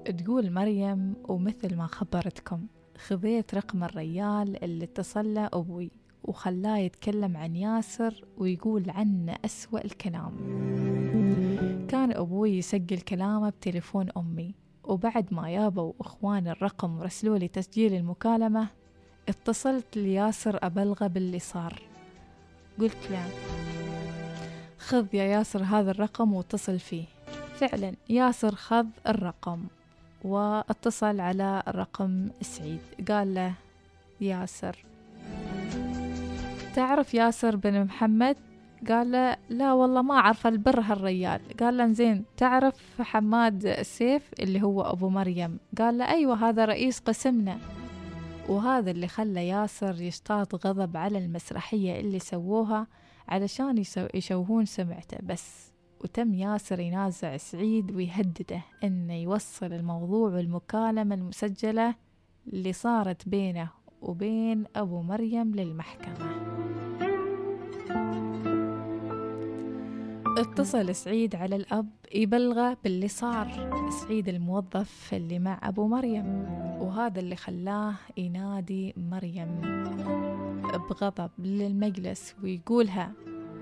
تقول مريم: ومثل ما خبرتكم خذيت رقم الريال اللي اتصل له أبوي وخلاه يتكلم عن ياسر ويقول عنه أسوأ الكلام. كان أبوي يسجل كلامه بتليفون أمي، وبعد ما يابوا إخوان الرقم ورسلوا لي تسجيل المكالمة اتصلت لياسر أبلغه باللي صار. قلت له: خذ يا ياسر هذا الرقم واتصل فيه. فعلا ياسر خذ الرقم واتصل على رقم سعيد. قال له: ياسر، تعرف ياسر بن محمد؟ قال له: لا والله ما أعرف البر هالريال. قال له: زين، تعرف حماد السيف اللي هو أبو مريم؟ قال له: أيوة، هذا رئيس قسمنا. وهذا اللي خلى ياسر يشتاط غضب على المسرحية اللي سووها علشان يشوهون سمعته بس. وتم ياسر ينازع سعيد ويهدده إنه يوصل الموضوع والمكالمة المسجلة اللي صارت بينه وبين أبو مريم للمحكمة. اتصل سعيد على الأب يبلغه باللي صار، سعيد الموظف اللي مع أبو مريم، وهذا اللي خلاه ينادي مريم بغضب للمجلس ويقولها: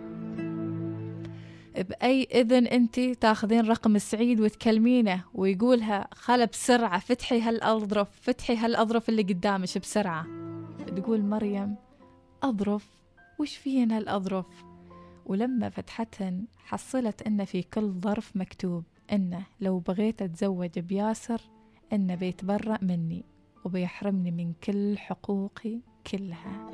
بأي إذن أنتي تاخذين رقم سعيد وتكلمينه؟ ويقولها: خلا بسرعة فتحي هالأظرف اللي قدامش بسرعة. تقول مريم: أظرف؟ وش فيهن هالأظرف؟ ولما فتحتهن حصلت إن في كل ظرف مكتوب إنه لو بغيت أتزوج بياسر إنه بيتبرأ مني وبيحرمني من كل حقوقي كلها.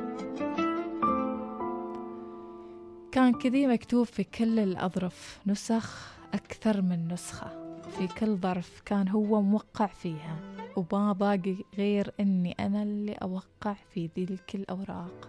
كان كذي مكتوب في كل الأظرف، نسخ أكثر من نسخة، في كل ظرف كان هو موقع فيها، وما باقي غير إني أنا اللي أوقع في ذلك الأوراق.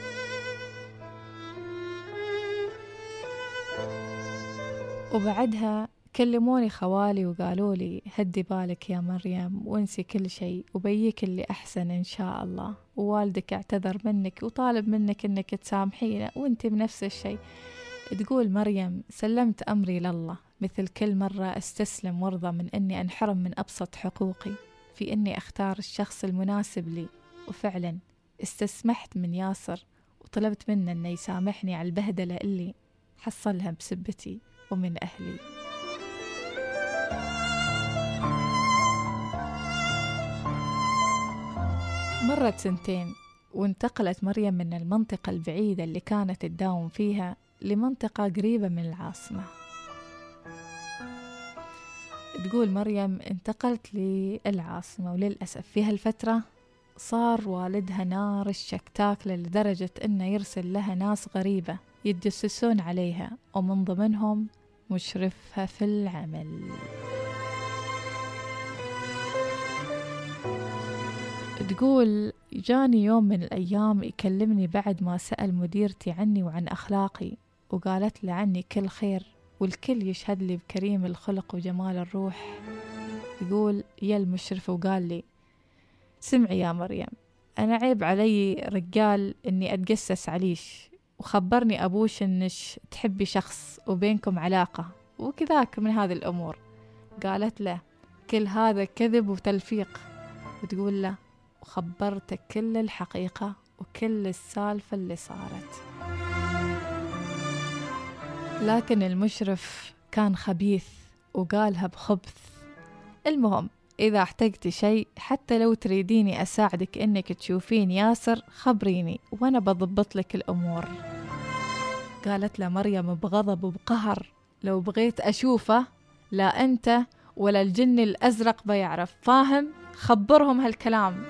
وبعدها كلموني خوالي وقالوا لي: هدي بالك يا مريم وانسي كل شيء وبيك اللي أحسن إن شاء الله، ووالدك اعتذر منك وطالب منك إنك تسامحينه وانت بنفس الشيء. تقول مريم: سلمت أمري لله، مثل كل مرة استسلم وارضى من إني أنحرم من أبسط حقوقي في إني أختار الشخص المناسب لي. وفعلا استسمحت من ياسر وطلبت منه إنه يسامحني على البهدلة اللي حصلها بسبتي ومن أهلي. مرت 2 وانتقلت مريم من المنطقة البعيدة اللي كانت تداوم فيها لمنطقة قريبة من العاصمة. تقول مريم: انتقلت للعاصمة، وللأسف في هالفترة صار والدها نار الشك تاكله لدرجة إنه يرسل لها ناس غريبة يتجسسون عليها، ومن ضمنهم مشرفها في العمل. تقول: جاني يوم من الأيام يكلمني بعد ما سأل مديرتي عني وعن أخلاقي، وقالت له عني كل خير والكل يشهد لي بكريم الخلق وجمال الروح. يقول: يا المشرف وقال لي: سمعي يا مريم، أنا عيب علي رجال إني أتجسس عليش، وخبرني أبوش إنش تحبي شخص وبينكم علاقة وكذاك من هذه الأمور. قالت له: كل هذا كذب وتلفيق. وتقول له: وخبرتك كل الحقيقة وكل السالفة اللي صارت. لكن المشرف كان خبيث وقالها بخبث: المهم إذا احتجتي شيء حتى لو تريديني أساعدك إنك تشوفين ياسر خبريني وأنا بضبط لك الأمور. قالت له مريم بغضب وبقهر: لو بغيت أشوفه لا أنت ولا الجن الأزرق بيعرف، فاهم؟ خبرهم هالكلام.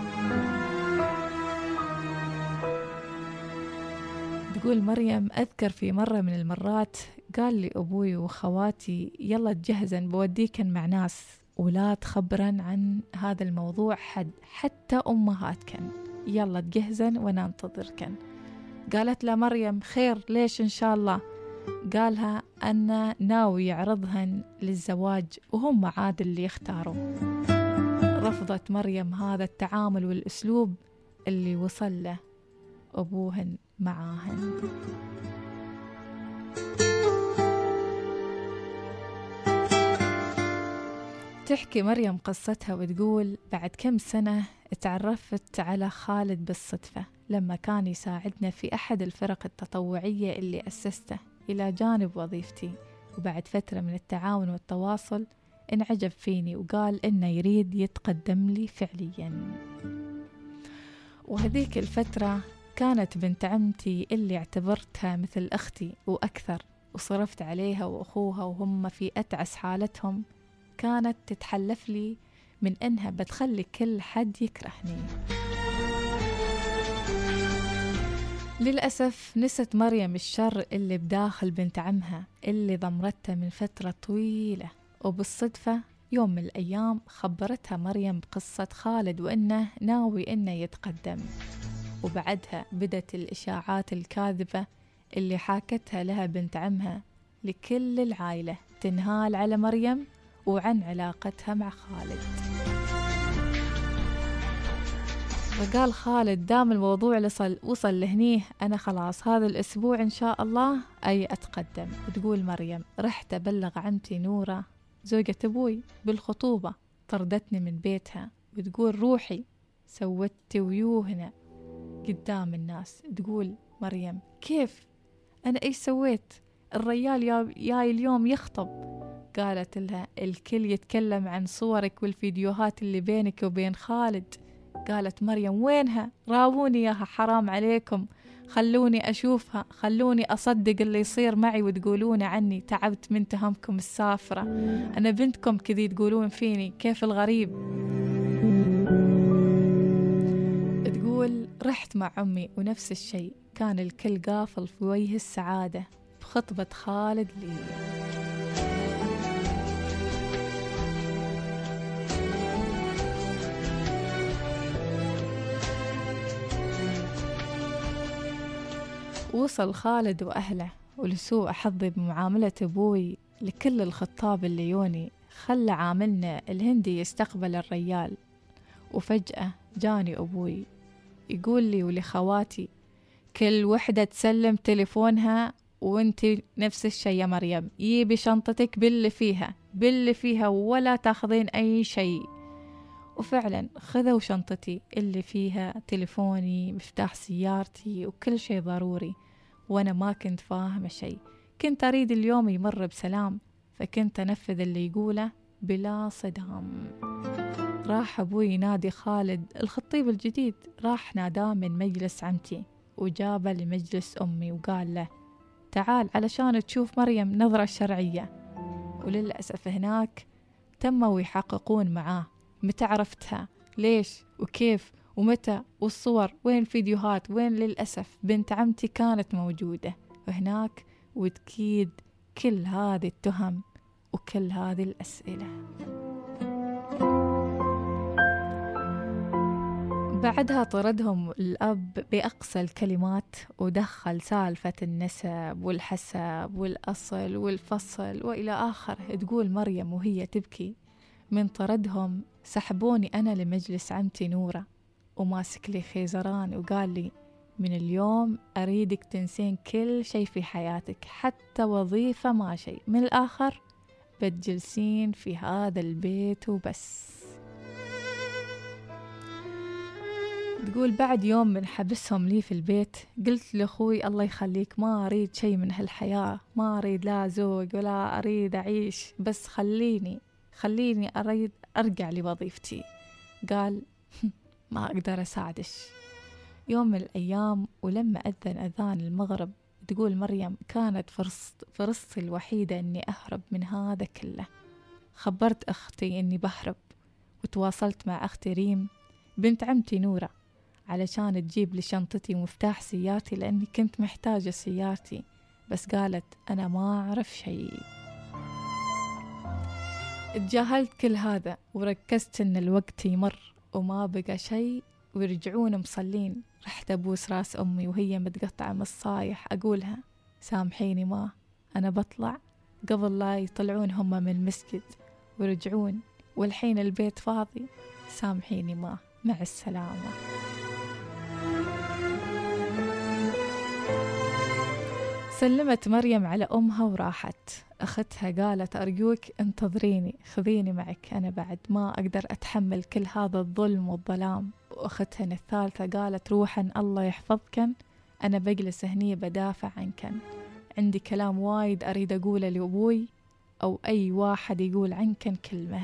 تقول مريم: أذكر في مرة من المرات قال لي أبوي وخواتي: يلا تجهزن بوديكن مع ناس ولا تخبرن عن هذا الموضوع حد، حتى أمهاتكن، يلا تجهزن وانا انتظركن. قالت له مريم: خير ليش إن شاء الله؟ قالها أن ناوي يعرضهن للزواج وهم عاد اللي يختاروا. رفضت مريم هذا التعامل والأسلوب اللي وصل له أبوهن معاهن. وتحكي مريم قصتها وتقول بعد كم سنة تعرفت على خالد بالصدفة لما كان يساعدنا في أحد الفرق التطوعية اللي أسسته إلى جانب وظيفتي، وبعد فترة من التعاون والتواصل انعجب فيني وقال إنه يريد يتقدم لي فعليا. وهذيك الفترة كانت بنت عمتي اللي اعتبرتها مثل أختي وأكثر، وصرفت عليها وأخوها وهم في أتعس حالتهم، كانت تتحلف لي من إنها بتخلي كل حد يكرهني. للأسف نست مريم الشر اللي بداخل بنت عمها اللي ضمرتها من فترة طويلة، وبالصدفة يوم من الأيام خبرتها مريم بقصة خالد وإنه ناوي إنه يتقدم، وبعدها بدت الإشاعات الكاذبة اللي حاكتها لها بنت عمها لكل العائلة تنهال على مريم وعن علاقتها مع خالد. وقال خالد دام الموضوع وصل لهنيه أنا خلاص هذا الأسبوع إن شاء الله أي أتقدم. وتقول مريم رحت أبلغ عمتي نورة زوجة أبوي بالخطوبة، طردتني من بيتها، وتقول روحي سوت ويوهنا قدام الناس. تقول مريم كيف أنا إيش سويت؟ الرجال ياي اليوم يخطب. قالت لها الكل يتكلم عن صورك والفيديوهات اللي بينك وبين خالد. قالت مريم وينها؟ راووني إياها حرام عليكم، خلوني أشوفها، خلوني أصدق اللي يصير معي وتقولون عني تعبت من تهمكم السافرة، أنا بنتكم كذي تقولون فيني كيف الغريب. تقول رحت مع أمي ونفس الشيء، كان الكل قافل في وجه السعادة بخطبة خالد لي. وصل خالد وأهله ولسوء حظي بمعاملة أبوي لكل الخطاب اللي يوني، خلى عاملنا الهندي يستقبل الرجال. وفجأة جاني أبوي يقول لي ولخواتي كل وحدة تسلم تليفونها، وانتي نفس الشيء يا مريم، يبي شنطتك باللي فيها ولا تاخذين أي شيء. وفعلا خذوا شنطتي اللي فيها تليفوني مفتاح سيارتي وكل شيء ضروري، وأنا ما كنت فاهمة شيء، كنت أريد اليوم يمر بسلام، فكنت أنفذ اللي يقوله بلا صدام. راح أبوي ينادي خالد الخطيب الجديد، راح ناداه من مجلس عمتي وجابه لمجلس أمي وقال له تعال علشان تشوف مريم نظرة شرعية. وللأسف هناك تموا يحققون معاه متى عرفتها، ليش وكيف ومتى، والصور وين، فيديوهات وين. للأسف بنت عمتي كانت موجودة هناك وتكيد كل هذه التهم وكل هذه الأسئلة. بعدها طردهم الأب بأقصى الكلمات ودخل سالفة النسب والحساب والأصل والفصل وإلى آخره. تقول مريم وهي تبكي من طردهم سحبوني أنا لمجلس عمتي نورة وماسك لي خيزران وقال لي من اليوم أريدك تنسين كل شيء في حياتك، حتى وظيفة ما شيء، من الآخر بتجلسين في هذا البيت وبس. تقول بعد يوم من حبسهم لي في البيت قلت لأخوي الله يخليك ما أريد شيء من هالحياة، ما أريد لا زوج ولا أريد أعيش، بس خليني أريد أرجع لوظيفتي. قال ما أقدر أساعدش. يوم من الأيام ولما أذن أذان المغرب تقول مريم كانت فرصتي الوحيدة أني أهرب من هذا كله. خبرت أختي أني بهرب وتواصلت مع أختي ريم بنت عمتي نورة علشان تجيب لي شنطتي ومفتاح سيارتي لأني كنت محتاجة سيارتي، بس قالت أنا ما أعرف شيء. اتجاهلت كل هذا وركزت ان الوقت يمر وما بقى شيء ويرجعون مصلين. رحت ابوس راس امي وهي متقطعة من الصايح، اقولها سامحيني ما انا بطلع قبل لا يطلعون هم من المسجد ويرجعون، والحين البيت فاضي، سامحيني ما، مع السلامة. سلمت مريم على أمها وراحت. أختها قالت أرجوك انتظريني، خذيني معك، أنا بعد ما أقدر أتحمل كل هذا الظلم والظلام. وأختها الثالثة قالت روحا الله يحفظكن، أنا بجلس هني بدافع عنكن، عندي كلام وايد أريد أقوله لأبوي أو أي واحد يقول عنكن كلمة.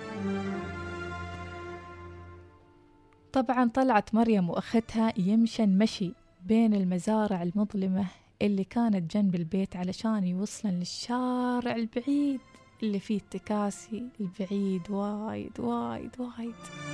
طبعا طلعت مريم وأختها يمشن مشي بين المزارع المظلمة اللي كانت جنب البيت علشان يوصلن للشارع البعيد اللي فيه التكاسي البعيد وايد وايد وايد.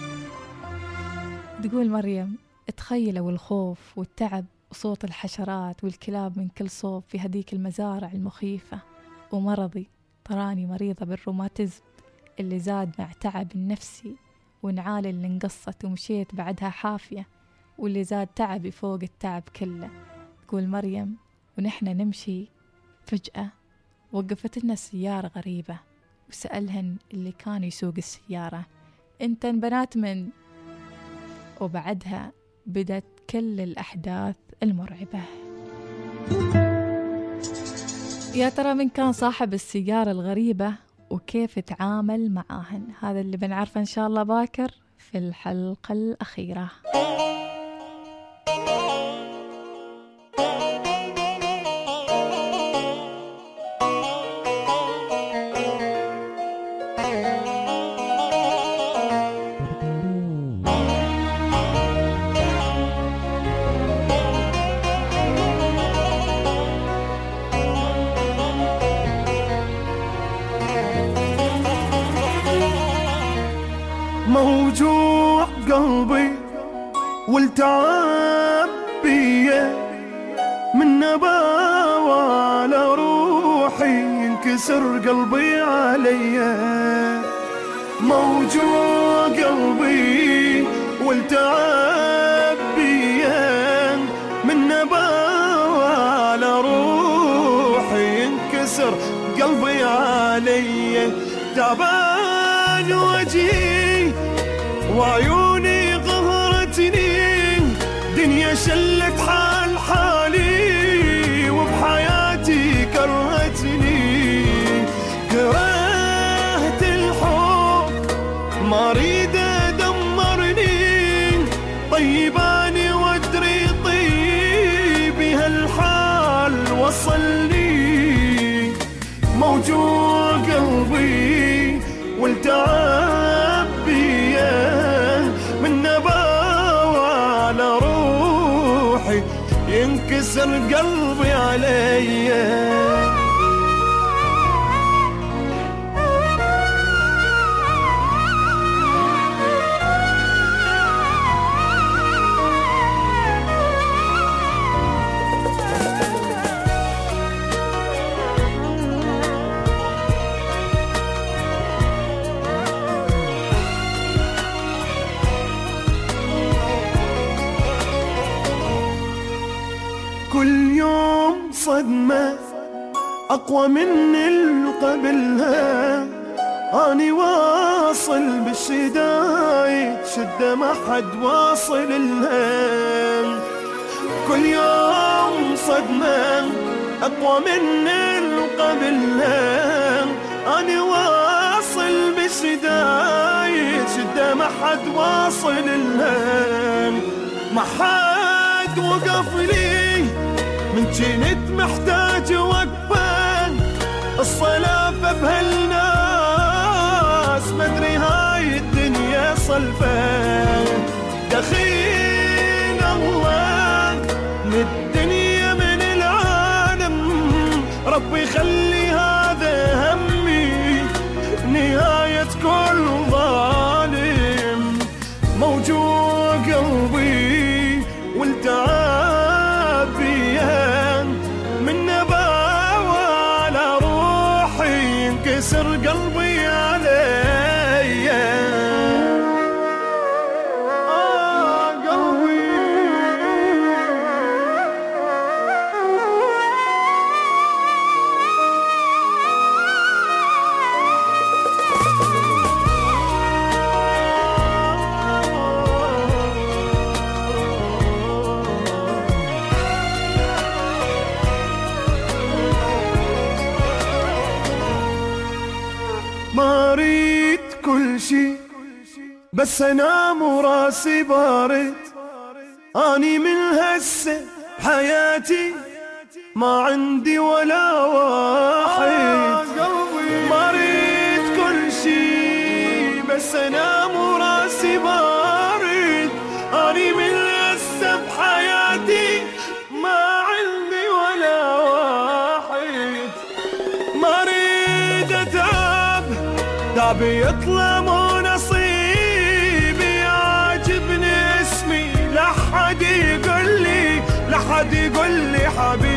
تقول مريم تخيلوا الخوف والتعب وصوت الحشرات والكلاب من كل صوب في هذيك المزارع المخيفة، ومرضي تراني مريضة بالروماتيزم اللي زاد مع تعب النفسي، ونعالي اللي انقصت ومشيت بعدها حافية، واللي زاد تعبي فوق التعب كله. تقول مريم ونحن نمشي فجأة وقفت لنا سيارة غريبة، وسألهن اللي كان يسوق السيارة انتن بنات من؟ وبعدها بدت كل الأحداث المرعبة. يا ترى من كان صاحب السيارة الغريبة وكيف تعامل معاهن؟ هذا اللي بنعرفه إن شاء الله باكر في الحلقة الأخيرة. موجوع قلبي والتعب بيه، من نباوة على روحي ينكسر قلبي عليا. موجوع قلبي والتعب بيه، من نباوة على روحي ينكسر قلبي عليا. تعبان وجهي وعيوني قهرتني، دنيا شلت حال حالي وبحياتي كرهتني. كرهت الحب ما اريد دمرني، طيباني وادري طيبي هالحال وصلني. موجوع قلبي والتعب بيه، من نباوة على روحي ينكسر قلبي عليا. كل يوم صدمة أقوى من القبلها، أني واصل بالشدايد شدة ما حد واصل لها. كل يوم صدمة أقوى من القبلها، أني واصل بالشدايد شدة ما حد واصل لها. ما حد وقف لي من جنت محتاج وقفة، الصلافة بهالناس مدري هاي الدنيا صلفة. دخيل الله من الدنيا من العالم، ربي خلي هذا همي نهاية كل ظالم. موجوع قلبي والتعب بيه، من نباوة على روحي ينكسر قلبي عليا. قلبي كل شي، بس انام وراسي بارد. اني من هسه بحياتي ما عندي ولا واحد. ما اريد كل شي بس انام وراسي بارد. اني من هسه بحياتي ما عندي ولا واحد. ما اريد اتعب تعبي يطلع مو نصيبي. عاجبني اسمي لحد يقول لي حبيبي.